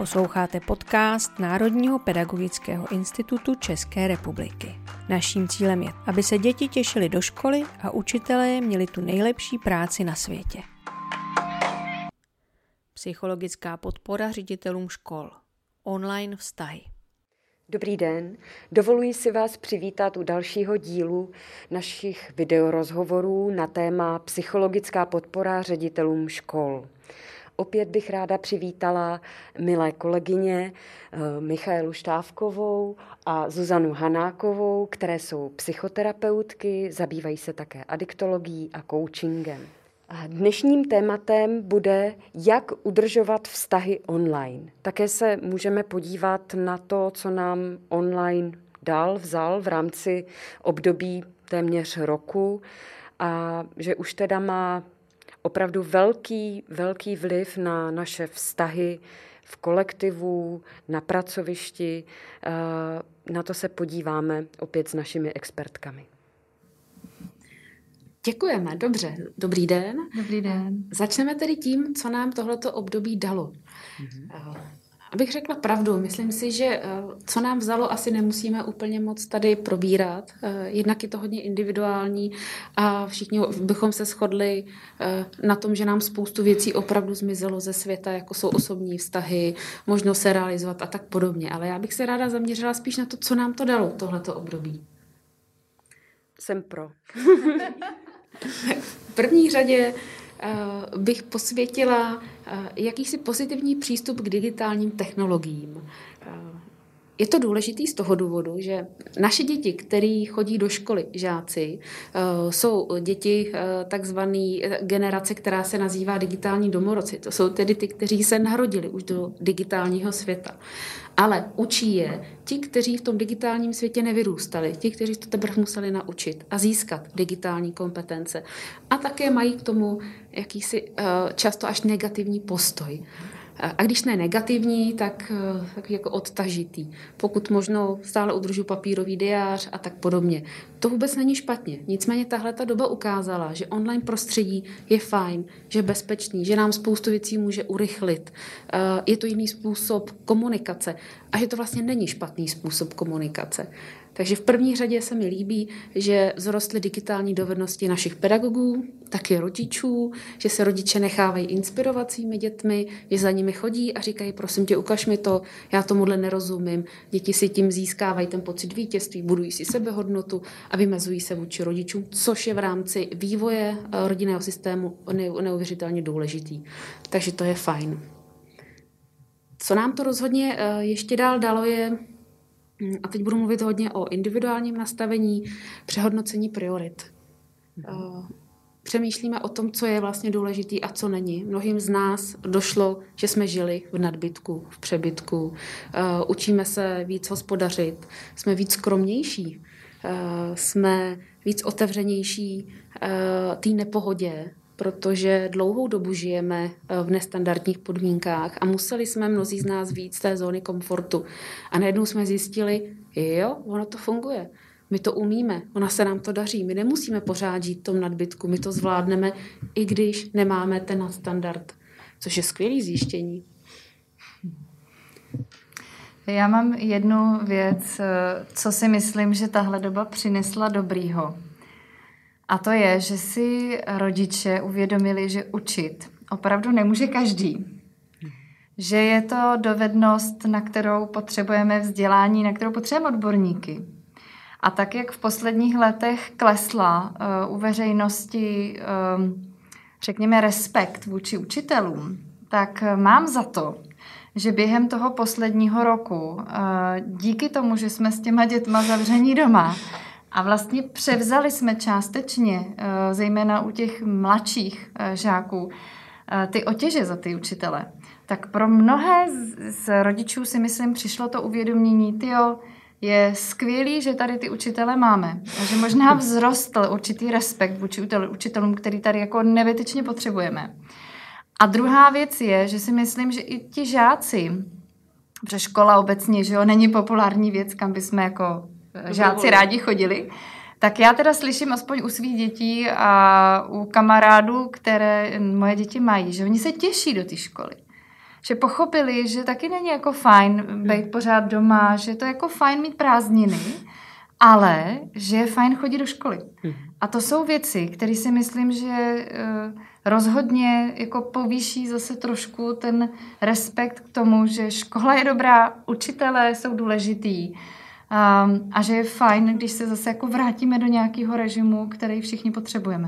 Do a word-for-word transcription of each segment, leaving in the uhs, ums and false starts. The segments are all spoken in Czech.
Posloucháte podcast Národního pedagogického institutu České republiky. Naším cílem je, aby se děti těšily do školy a učitelé měli tu nejlepší práci na světě. Psychologická podpora ředitelům škol. Online vztahy. Dobrý den, dovoluji si vás přivítat u dalšího dílu našich videorozhovorů na téma psychologická podpora ředitelům škol. Opět bych ráda přivítala milé kolegyně Michaelu Štávkovou a Zuzanu Hanákovou, které jsou psychoterapeutky, zabývají se také adiktologií a coachingem. Dnešním tématem bude, jak udržovat vztahy online. Také se můžeme podívat na to, co nám online dal, vzal v rámci období téměř roku a že už teda má opravdu velký, velký vliv na naše vztahy v kolektivu, na pracovišti. Na to se podíváme opět s našimi expertkami. Děkujeme, dobře. Dobrý den. Dobrý den. Začneme tedy tím, co nám tohleto období dalo. Mm-hmm. Abych řekla pravdu, myslím si, že co nám vzalo, asi nemusíme úplně moc tady probírat. Jednak je to hodně individuální a všichni bychom se shodli na tom, že nám spoustu věcí opravdu zmizelo ze světa, jako jsou osobní vztahy, možnost se realizovat a tak podobně. Ale já bych se ráda zaměřila spíš na to, co nám to dalo, tohleto období. Jsem pro. V první řadě uh, bych posvětila uh, jakýsi pozitivní přístup k digitálním technologiím. Uh, je to důležitý z toho důvodu, že naše děti, které chodí do školy, žáci, uh, jsou děti uh, takzvané generace, která se nazývá digitální domorodci. To jsou tedy ty, kteří se narodili už do digitálního světa. Ale učí je ti, kteří v tom digitálním světě nevyrůstali, ti, kteří to teprve museli naučit a získat digitální kompetence. A také mají k tomu jakýsi často až negativní postoj. A když ne negativní, tak, tak jako odtažitý. Pokud možno stále udržu papírový diář a tak podobně. To vůbec není špatně. Nicméně tahle ta doba ukázala, že online prostředí je fajn, že je bezpečný, že nám spoustu věcí může urychlit. Je to jiný způsob komunikace a že to vlastně není špatný způsob komunikace. Takže v první řadě se mi líbí, že vzrostly digitální dovednosti našich pedagogů, taky rodičů, že se rodiče nechávají inspirovat svými dětmi, že za nimi chodí a říkají, prosím tě, ukaž mi to, já tomuhle nerozumím. Děti si tím získávají ten pocit vítězství, budují si sebehodnotu a vymezují se vůči rodičům, což je v rámci vývoje rodinného systému neuvěřitelně důležitý. Takže to je fajn. Co nám to rozhodně ještě dál dalo je, a teď budu mluvit hodně o individuálním nastavení, přehodnocení priorit. Mm. Přemýšlíme o tom, co je vlastně důležitý a co není. Mnohým z nás došlo, že jsme žili v nadbytku, v přebytku. Učíme se víc hospodařit, jsme víc skromnější, jsme víc otevřenější té nepohodě, protože dlouhou dobu žijeme v nestandardních podmínkách a museli jsme mnozí z nás víc z té zóny komfortu. A najednou jsme zjistili, jo, ono to funguje. My to umíme, ona se nám to daří. My nemusíme pořád žít v tom nadbytku, my to zvládneme, i když nemáme ten nadstandard, což je skvělý zjištění. Já mám jednu věc, co si myslím, že tahle doba přinesla dobrýho. A to je, že si rodiče uvědomili, že učit opravdu nemůže každý. Že je to dovednost, na kterou potřebujeme vzdělání, na kterou potřebujeme odborníky. A tak, jak v posledních letech klesla uh, u veřejnosti, um, řekněme, respekt vůči učitelům, tak mám za to, že během toho posledního roku, uh, díky tomu, že jsme s těma dětma zavření doma, a vlastně převzali jsme částečně, zejména u těch mladších žáků, ty otěže za ty učitele. Tak pro mnohé z rodičů si myslím přišlo to uvědomění, tyjo, je skvělý, že tady ty učitele máme. A že možná vzrostl určitý respekt vůči učitelům, který tady jako nevytečně potřebujeme. A druhá věc je, že si myslím, že i ti žáci, protože škola obecně, že jo, není populární věc, kam bychom jako žáci rádi chodili, tak já teda slyším aspoň u svých dětí a u kamarádů, které moje děti mají, že oni se těší do té školy. Že pochopili, že taky není jako fajn být pořád doma, že to je jako fajn mít prázdniny, ale že je fajn chodit do školy. A to jsou věci, které si myslím, že rozhodně jako povýší zase trošku ten respekt k tomu, že škola je dobrá, učitelé jsou důležitý a, a že je fajn, když se zase jako vrátíme do nějakého režimu, který všichni potřebujeme.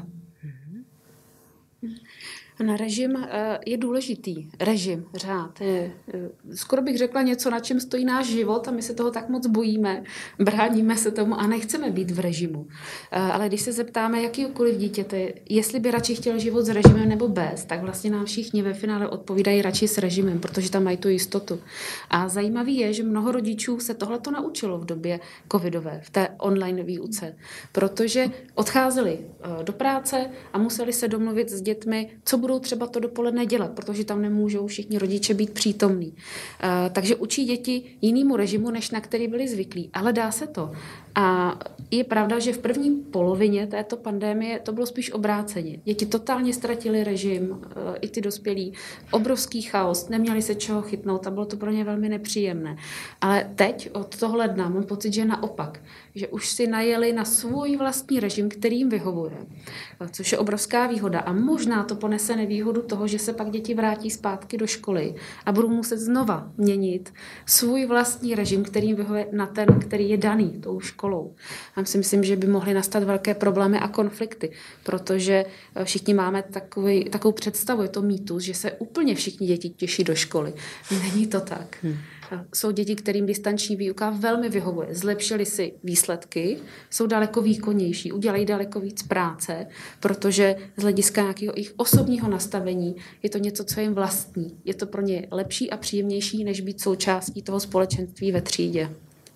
Na režim je důležitý. Režim, řád. Je, skoro bych řekla něco, na čem stojí náš život a my se toho tak moc bojíme, bráníme se tomu a nechceme být v režimu. Ale když se zeptáme jakýkoliv dítěte, jestli by radši chtěl život s režimem nebo bez, tak vlastně nám všichni ve finále odpovídají radši s režimem, protože tam mají tu jistotu. A zajímavý je, že mnoho rodičů se tohleto naučilo v době covidové, v té online výuce, protože odcházeli do práce a museli se domluvit s dětmi, co budou třeba to dopoledne dělat, protože tam nemůžou všichni rodiče být přítomní. Uh, takže učí děti jinému režimu, než na který byli zvyklí. Ale dá se to. A je pravda, že v první polovině této pandemie to bylo spíš obráceně. Děti totálně ztratili režim, uh, i ty dospělí. Obrovský chaos, neměli se čeho chytnout a bylo to pro ně velmi nepříjemné. Ale teď od toho ledna mám pocit, že naopak, že už si najeli na svůj vlastní režim, který jim vyhovuje. Což je obrovská výhoda. A možná to ponese nevýhodu toho, že se pak děti vrátí zpátky do školy a budou muset znova měnit svůj vlastní režim, který jim vyhovuje na ten, který je daný tou školou. A si myslím, že by mohly nastat velké problémy a konflikty, protože všichni máme takový, takovou představu, je to mýtus, že se úplně všichni děti těší do školy. Není to tak. Hmm. Jsou děti, kterým distanční výuka velmi vyhovuje. Zlepšili si výsledky, jsou daleko výkonnější, udělají daleko víc práce, protože z hlediska nějakého jejich osobního nastavení je to něco, co je jim vlastní. Je to pro ně lepší a příjemnější, než být součástí toho společenství ve třídě.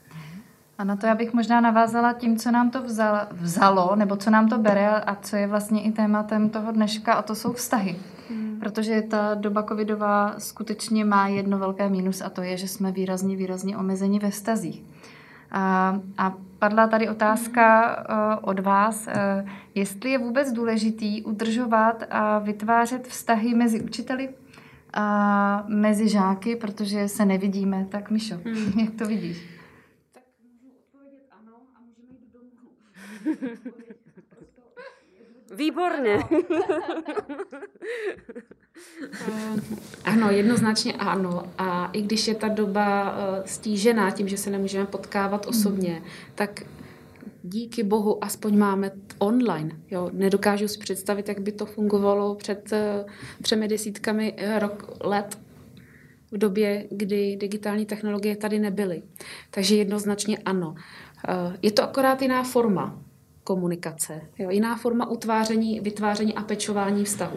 A na to já bych možná navázala tím, co nám to vzalo, vzalo, nebo co nám to bere a co je vlastně i tématem toho dneška, a to jsou vztahy. Hmm. Protože ta doba covidová skutečně má jedno velké mínus a to je, že jsme výrazně, výrazně omezeni ve vztazích. A, a padla tady otázka uh, od vás, uh, jestli je vůbec důležitý udržovat a vytvářet vztahy mezi učiteli a mezi žáky, protože se nevidíme. Tak Mišo, hmm. jak to vidíš? Tak můžu odpovědět ano a můžeme jít domů. Výborně. Ano, jednoznačně ano. A i když je ta doba stížená tím, že se nemůžeme potkávat osobně, tak díky bohu aspoň máme online. Jo, nedokážu si představit, jak by to fungovalo před třemi desítkami rok, let v době, kdy digitální technologie tady nebyly. Takže jednoznačně ano. Je to akorát jiná forma komunikace, jo, jiná forma utváření, vytváření a pečování vztahu.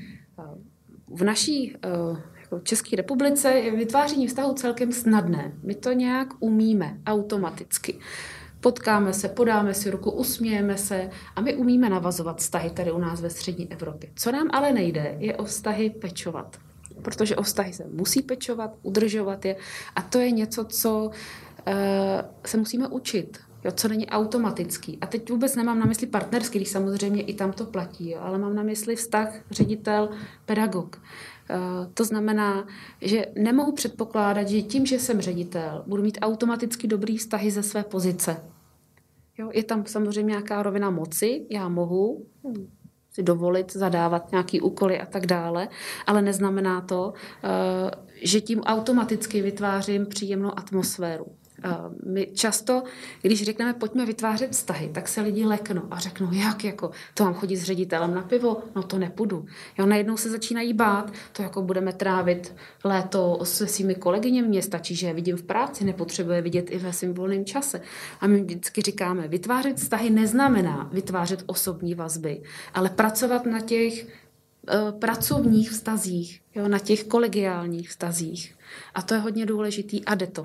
V naší jako České republice je vytváření vztahu celkem snadné. My to nějak umíme automaticky. Potkáme se, podáme si ruku, usmějeme se a my umíme navazovat vztahy tady u nás ve střední Evropě. Co nám ale nejde, je o vztahy pečovat. Protože o vztahy se musí pečovat, udržovat je a to je něco, co uh, se musíme učit. Jo, co není automatický. A teď vůbec nemám na mysli partnerský, když samozřejmě i tam to platí, jo, ale mám na mysli vztah ředitel, pedagog. Uh, to znamená, že nemohu předpokládat, že tím, že jsem ředitel, budu mít automaticky dobrý vztahy ze své pozice. Jo, je tam samozřejmě nějaká rovina moci, já mohu si dovolit zadávat nějaký úkoly a tak dále, ale neznamená to, uh, že tím automaticky vytvářím příjemnou atmosféru. My často, když řekneme, pojďme vytvářet vztahy, tak se lidi leknou a řeknou, jak jako, to mám chodit s ředitelem na pivo? No to nepůjdu. Jo, najednou se začínají bát, to jako budeme trávit léto se svými kolegyněmi, mě stačí, že je vidím v práci, nepotřebuje vidět i ve svém volném čase. A my vždycky říkáme, vytvářet vztahy neznamená vytvářet osobní vazby, ale pracovat na těch uh, pracovních vztazích, jo, na těch kolegiálních vztazích. A to je hodně důležitý a jde to.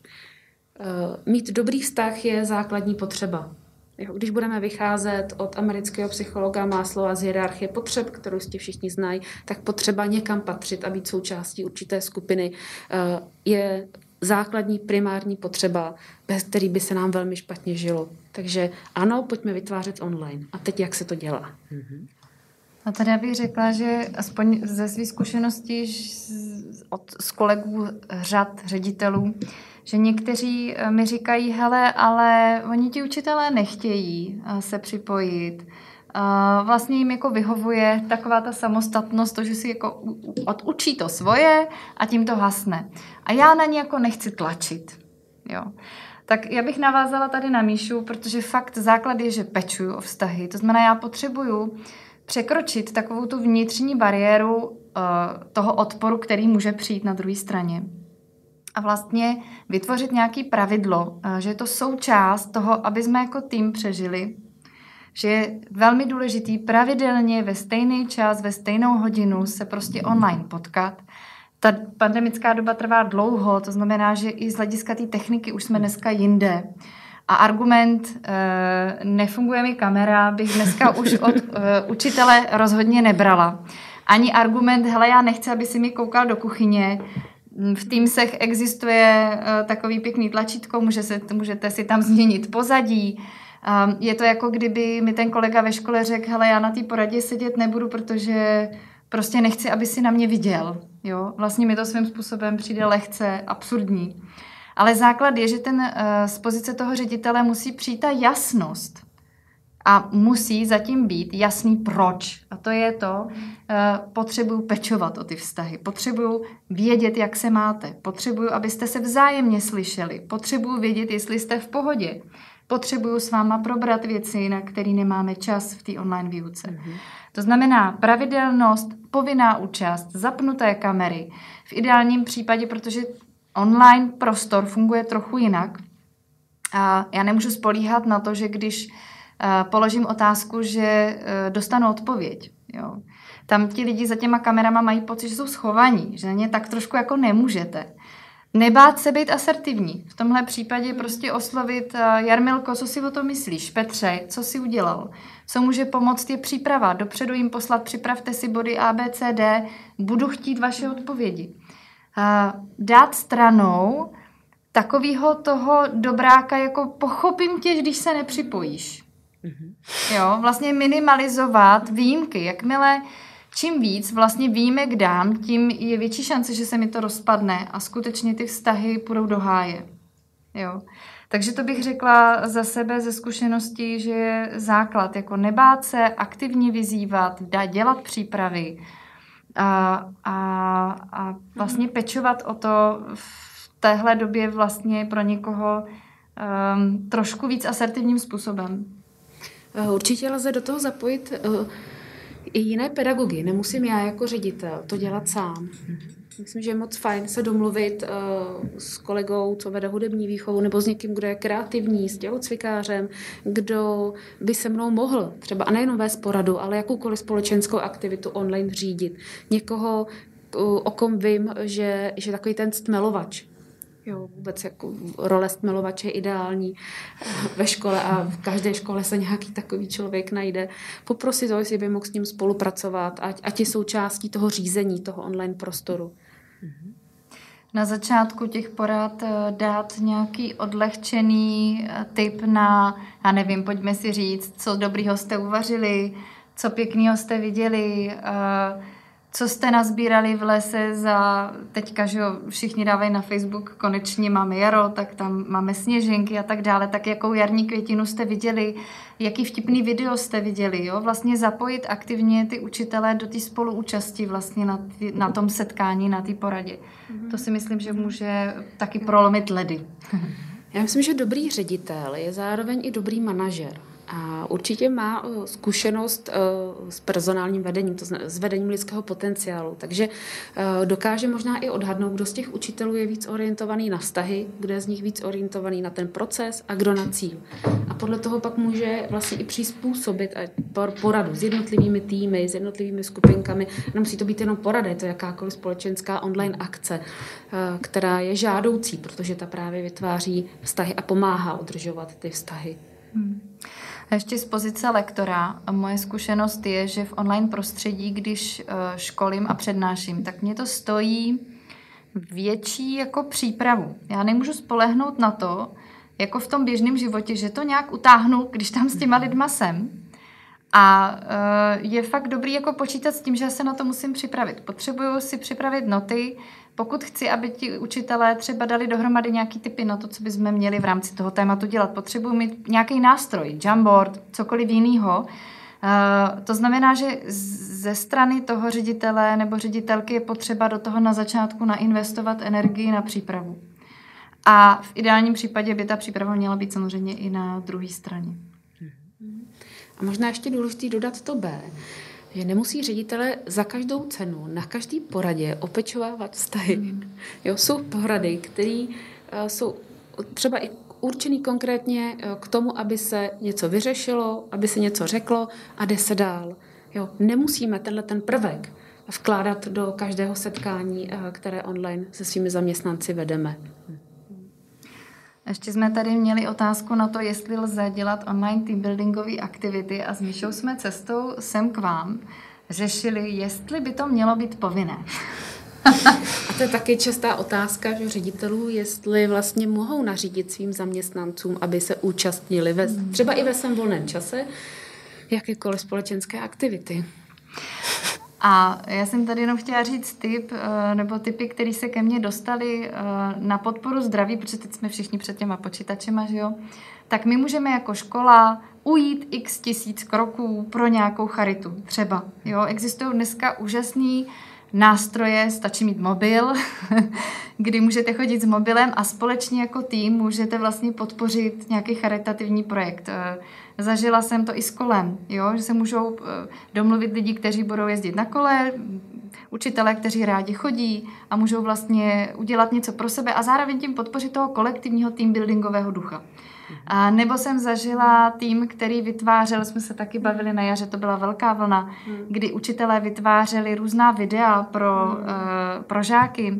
Mít dobrý vztah je základní potřeba. Když budeme vycházet od amerického psychologa Maslowa z hierarchie potřeb, kterou jste všichni znají, tak potřeba někam patřit a být součástí určité skupiny je základní primární potřeba, bez který by se nám velmi špatně žilo. Takže ano, pojďme vytvářet online. A teď jak se to dělá? A tady já bych řekla, že aspoň ze své zkušenosti od, z kolegů řad ředitelů, že někteří mi říkají, hele, ale oni ti učitelé nechtějí se připojit. Vlastně jim jako vyhovuje taková ta samostatnost, to, že si jako odučí to svoje a tím to hasne. A já na ně jako nechci tlačit. Jo. Tak já bych navázala tady na Míšu, protože fakt základ je, že pečuju o vztahy. To znamená, já potřebuju překročit takovou tu vnitřní bariéru uh, toho odporu, který může přijít na druhé straně. A vlastně vytvořit nějaké pravidlo, uh, že je to součást toho, aby jsme jako tým přežili, že je velmi důležitý pravidelně ve stejný čas, ve stejnou hodinu se prostě online potkat. Ta pandemická doba trvá dlouho, to znamená, že i z hlediska té techniky už jsme dneska jinde. A argument e, nefunguje mi kamera bych dneska už od e, učitele rozhodně nebrala. Ani argument, hele, já nechci, aby si mi koukal do kuchyně. V Teamsech existuje e, takový pěkný tlačítko, může se, můžete si tam změnit pozadí. E, je to jako kdyby mi ten kolega ve škole řekl, hele, já na té poradě sedět nebudu, protože prostě nechci, aby si na mě viděl. Jo? Vlastně mi to svým způsobem přijde lehce absurdní. Ale základ je, že ten uh, z pozice toho ředitele musí přijít ta jasnost. A musí zatím být jasný proč. A to je to, uh, potřebuju pečovat o ty vztahy. Potřebuju vědět, jak se máte. Potřebuju, abyste se vzájemně slyšeli. Potřebuju vědět, jestli jste v pohodě. Potřebuju s váma probrat věci, na které nemáme čas v té online výuce. Mm-hmm. To znamená pravidelnost, povinná účast, zapnuté kamery. V ideálním případě, protože online prostor funguje trochu jinak. A já nemůžu spolíhat na to, že když uh, položím otázku, že uh, dostanu odpověď. Jo. Tam ti lidi za těma kamerama mají pocit, že jsou schovaní, že na ně tak trošku jako nemůžete. Nebát se být asertivní. V tomhle případě prostě oslovit uh, Jarmilko, co si o tom myslíš? Petře, co si udělal? Co může pomoct je příprava. Dopředu jim poslat, připravte si body A, B, C, D, budu chtít vaše odpovědi. Uh, dát stranou takového toho dobráka, jako pochopím tě, když se nepřipojíš. Mm-hmm. Jo, vlastně minimalizovat výjimky. Jakmile čím víc vlastně výjimek dám, tím je větší šance, že se mi to rozpadne a skutečně ty vztahy půjdou do háje. Jo. Takže to bych řekla za sebe ze zkušenosti, že je základ, jako nebát se, aktivně vyzývat, dát dělat přípravy, A, a, a vlastně pečovat o to v téhle době vlastně pro někoho um, trošku víc asertivním způsobem. Určitě lze do toho zapojit uh, i jiné pedagogy. Nemusím já jako ředitel to dělat sám. Myslím, že je moc fajn se domluvit uh, s kolegou, co vede hudební výchovu, nebo s někým, kdo je kreativní, s tělocvikářem, kdo by se mnou mohl třeba, a nejenom vést poradu, ale jakoukoliv společenskou aktivitu online řídit. Někoho, uh, o kom vím, že, že takový ten stmelovač. Jo, vůbec jako role stmelovače je ideální ve škole a v každé škole se nějaký takový člověk najde. Poprosit ho, jestli by mohl s ním spolupracovat, ať, ať je součástí toho řízení, toho online prostoru. Na začátku těch porad dát nějaký odlehčený tip na, já nevím, pojďme si říct, co dobrýho jste uvařili, co pěknýho jste viděli, co jste nazbírali v lese za, teďka, že jo, všichni dávají na Facebook, konečně máme jaro, tak tam máme sněženky a tak dále, tak jakou jarní květinu jste viděli, jaký vtipný video jste viděli, jo, vlastně zapojit aktivně ty učitelé do té spoluúčasti vlastně na, tý, na tom setkání, na té poradě. Mm-hmm. To si myslím, že může taky prolomit ledy. Já myslím, že dobrý ředitel je zároveň i dobrý manažer. A určitě má zkušenost s personálním vedením, to znamená s vedením lidského potenciálu. Takže dokáže možná i odhadnout, kdo z těch učitelů je víc orientovaný na vztahy, kdo je z nich víc orientovaný na ten proces a kdo na cíl. A podle toho pak může vlastně i přizpůsobit poradu s jednotlivými týmy, s jednotlivými skupinkami. Nemusí to být jenom porada, je to jakákoliv společenská online akce, která je žádoucí, protože ta právě vytváří vztahy a pomáhá udržovat ty vztahy. Hmm. A ještě z pozice lektora, moje zkušenost je, že v online prostředí, když školím a přednáším, tak mě to stojí větší jako přípravu. Já nemůžu spolehnout na to, jako v tom běžném životě, že to nějak utáhnu, když tam s těma lidma jsem. A je fakt dobrý jako počítat s tím, že se na to musím připravit. Potřebuju si připravit noty, pokud chci, aby ti učitelé třeba dali dohromady nějaký typy na to, co bychom měli v rámci toho tématu dělat. Potřebuji mít nějaký nástroj, Jamboard, cokoliv jiného. To znamená, že ze strany toho ředitele nebo ředitelky je potřeba do toho na začátku nainvestovat energii na přípravu. A v ideálním případě by ta příprava měla být samozřejmě i na druhé straně. A možná ještě důležitý dodat to B, že nemusí ředitele za každou cenu, na každý poradě opečovávat vztahy. Mm. Jo, jsou porady, které uh, jsou třeba i určený konkrétně uh, k tomu, aby se něco vyřešilo, aby se něco řeklo a jde se dál. Jo, nemusíme tenhle ten prvek vkládat do každého setkání, uh, které online se svými zaměstnanci vedeme. Ještě jsme tady měli otázku na to, jestli lze dělat online teambuildingové aktivity a s Míšou jsme cestou sem k vám řešili, jestli by to mělo být povinné. A to je taky častá otázka, že ředitelů, jestli vlastně mohou nařídit svým zaměstnancům, aby se účastnili ve, třeba i ve svém volném čase jakékoliv společenské aktivity. A já jsem tady jenom chtěla říct tip, nebo tipy, které se ke mně dostaly na podporu zdraví, protože teď jsme všichni před těma počítačema, že jo? Tak my můžeme jako škola ujít x tisíc kroků pro nějakou charitu třeba. Jo? Existují dneska úžasný nástroje, stačí mít mobil, kdy můžete chodit s mobilem a společně jako tým můžete vlastně podpořit nějaký charitativní projekt. Zažila jsem to i s kolem, jo? Že se můžou domluvit lidi, kteří budou jezdit na kole, učitelé, kteří rádi chodí a můžou vlastně udělat něco pro sebe a zároveň tím podpořit toho kolektivního teambuildingového ducha. A nebo jsem zažila tým, který vytvářel, jsme se taky bavili na jaře, to byla velká vlna, kdy učitelé vytvářeli různá videa pro, uh, pro žáky.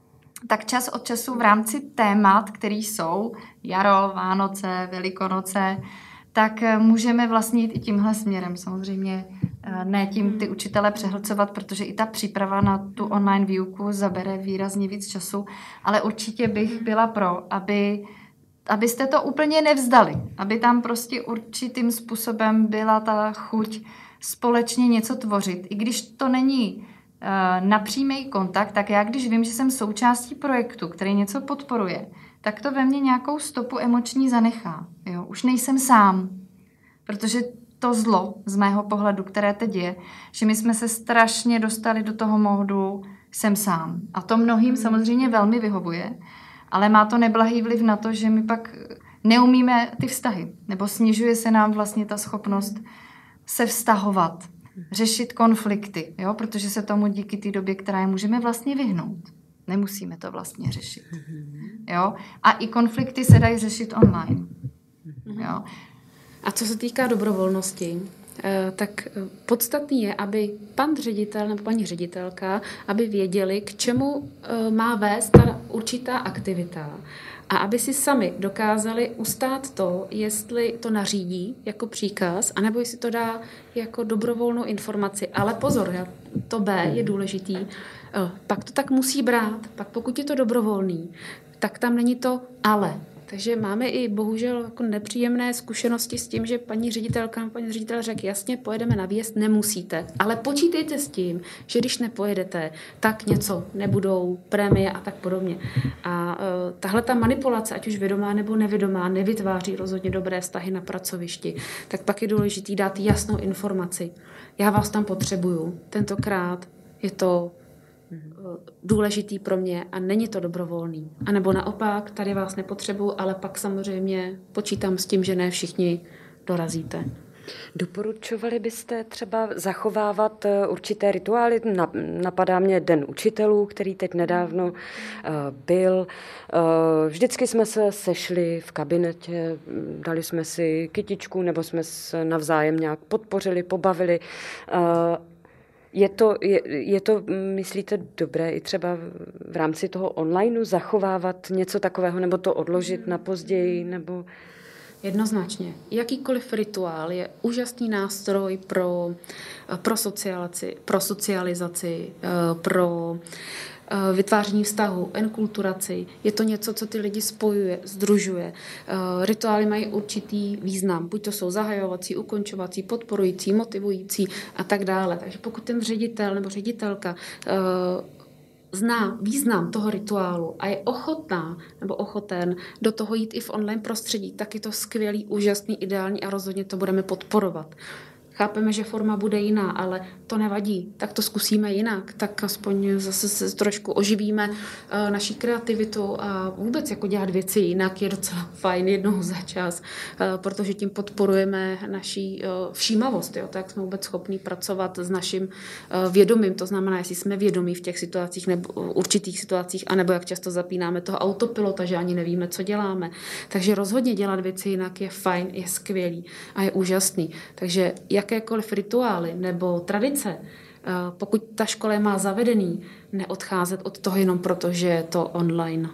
Tak čas od času v rámci témat, které jsou jaro, Vánoce, Velikonoce, tak můžeme vlastně jít i tímhle směrem. Samozřejmě ne tím ty učitele přehlcovat, protože i ta příprava na tu online výuku zabere výrazně víc času, ale určitě bych byla pro, aby abyste to úplně nevzdali, aby tam prostě určitým způsobem byla ta chuť společně něco tvořit. I když to není uh, na přímý kontakt, tak já když vím, že jsem součástí projektu, který něco podporuje, tak to ve mně nějakou stopu emoční zanechá. Jo? Už nejsem sám, protože to zlo z mého pohledu, které teď je, že my jsme se strašně dostali do toho módu jsem sám. A to mnohým samozřejmě velmi vyhovuje, ale má to neblahý vliv na to, že my pak neumíme ty vztahy, nebo snižuje se nám vlastně ta schopnost se vztahovat, řešit konflikty, jo? Protože se tomu díky té době, která je můžeme vlastně vyhnout. Nemusíme to vlastně řešit. Jo? A i konflikty se dají řešit online. Jo? A co se týká dobrovolnosti, tak podstatný je, aby pan ředitel nebo paní ředitelka, aby věděli, k čemu má vést ta určitá aktivita a aby si sami dokázali ustát to, jestli to nařídí jako příkaz, anebo jestli to dá jako dobrovolnou informaci. Ale pozor, to B je důležitý. Pak to tak musí brát. Pak pokud je to dobrovolný, tak tam není to ale. Takže máme i bohužel jako nepříjemné zkušenosti s tím, že paní ředitelka, paní ředitel řekl, jasně, pojedeme na výjezd, nemusíte, ale počítejte s tím, že když nepojedete, tak něco nebudou, prémie a tak podobně. A uh, tahle ta manipulace, ať už vědomá nebo nevědomá, nevytváří rozhodně dobré vztahy na pracovišti. Tak pak je důležitý dát jasnou informaci. Já vás tam potřebuju. Tentokrát je to důležitý pro mě a není to dobrovolný. A nebo naopak, tady vás nepotřebuju, ale pak samozřejmě počítám s tím, že ne všichni dorazíte. Doporučovali byste třeba zachovávat určité rituály? Napadá mě Den učitelů, který teď nedávno byl. Vždycky jsme se sešli v kabinetě, dali jsme si kytičku nebo jsme se navzájem nějak podpořili, pobavili. Je to, je, je to, myslíte, dobré i třeba v rámci toho onlineu zachovávat něco takového, nebo to odložit na později, nebo... Jednoznačně. Jakýkoliv rituál je úžasný nástroj pro, pro, socializaci, pro socializaci, pro vytváření vztahu, enkulturaci. Je to něco, co ty lidi spojuje, sdružuje. Rituály mají určitý význam. Buď to jsou zahajovací, ukončovací, podporující, motivující a tak dále. Takže pokud ten ředitel nebo ředitelka zná význam toho rituálu a je ochotná nebo ochoten do toho jít i v online prostředí, tak je to skvělý, úžasný, ideální a rozhodně to budeme podporovat. Chápeme, že forma bude jiná, ale to nevadí, tak to zkusíme jinak, tak aspoň zase se trošku oživíme uh, naší kreativitu a vůbec jako dělat věci jinak je docela fajn jednou za čas, uh, protože tím podporujeme naší uh, všímavost, jo, tak jsme vůbec schopní pracovat s naším uh, vědomím, to znamená, jestli jsme vědomí v těch situacích nebo uh, určitých situacích, anebo jak často zapínáme toho autopilota, že ani nevíme, co děláme. Takže rozhodně dělat věci jinak je fajn, je skvělý a je úžasný. Takže jak jakékoliv rituály nebo tradice, pokud ta škola má zavedený, neodcházet od toho jenom proto, že je to online.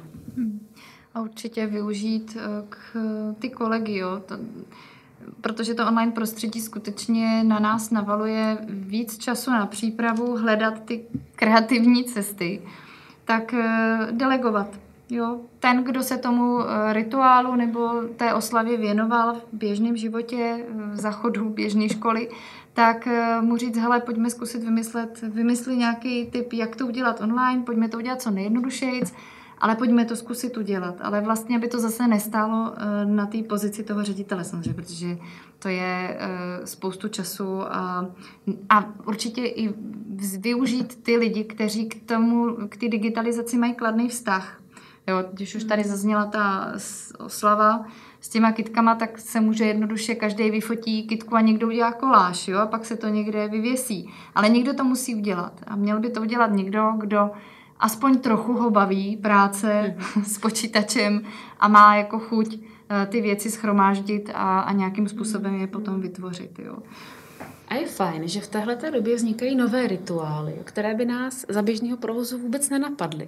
A určitě využít k ty kolegy, jo. To, protože to online prostředí skutečně na nás navaluje víc času na přípravu, hledat ty kreativní cesty, tak delegovat. Jo, ten, kdo se tomu rituálu nebo té oslavě věnoval v běžném životě, v zachodu běžné školy, tak mu říct, hele, pojďme zkusit vymyslet, vymysli nějaký tip, jak to udělat online, pojďme to udělat co nejjednodušejc, ale pojďme to zkusit udělat. Ale vlastně by to zase nestálo na té pozici toho ředitele, samozřejmě, protože to je spoustu času a, a určitě i využít ty lidi, kteří k tomu, k té digitalizaci mají kladný vztah. Jo, když už tady zazněla ta oslava s těma kytkama, tak se může jednoduše každý vyfotí kytku a někdo udělá koláž, jo, a pak se to někde vyvěsí. Ale někdo to musí udělat. A měl by to udělat někdo, kdo aspoň trochu ho baví práce s počítačem a má jako chuť ty věci shromáždit a, a nějakým způsobem je potom vytvořit, jo. A je fajn, že v téhleté době vznikají nové rituály, které by nás za běžného provozu vůbec nenapadly.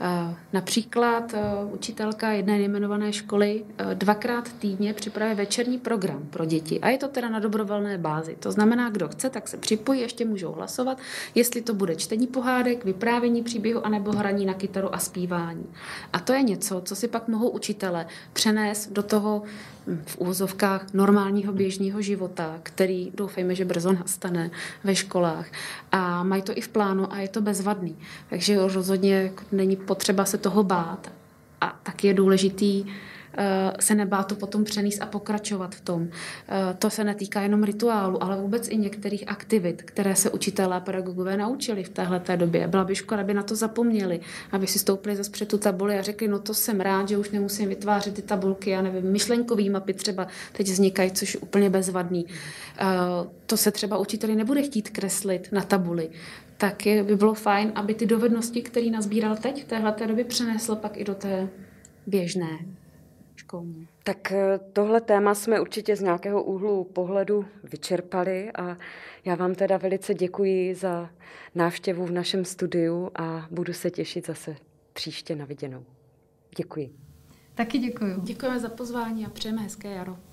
Například učitelka jedné nejmenované školy dvakrát týdně připravuje večerní program pro děti a je to teda na dobrovolné bázi. To znamená, kdo chce, tak se připojí, ještě můžou hlasovat, jestli to bude čtení pohádek, vyprávění příběhu anebo hraní na kytaru a zpívání. A to je něco, co si pak mohou učitelé přenést do toho v uvozovkách normálního běžného života, který doufejme, že brzo nastane ve školách. A mají to i v plánu a je to bezvadný. Takže rozhodně není potřeba se toho bát. A taky je důležitý se nebát to potom přenést a pokračovat v tom. To se netýká jenom rituálu, ale vůbec i některých aktivit, které se učitelé a pedagogové naučili v téhleté době. Byla by škoda, aby na to zapomněli, aby si stoupili zase před tu tabuli a řekli, no to jsem rád, že už nemusím vytvářet ty tabulky, já nevím, myšlenkový mapy třeba teď vznikají, což je úplně bezvadný. To se třeba učiteli nebude chtít kreslit na tabuli. Tak by bylo fajn, aby ty dovednosti, které nazbíral teď v téhleté době, přenesl pak i do té běžné školní. Tak tohle téma jsme určitě z nějakého úhlu pohledu vyčerpali a já vám teda velice děkuji za návštěvu v našem studiu a budu se těšit zase příště na viděnou. Děkuji. Taky děkuji. Děkujeme za pozvání a přejeme hezké jaro.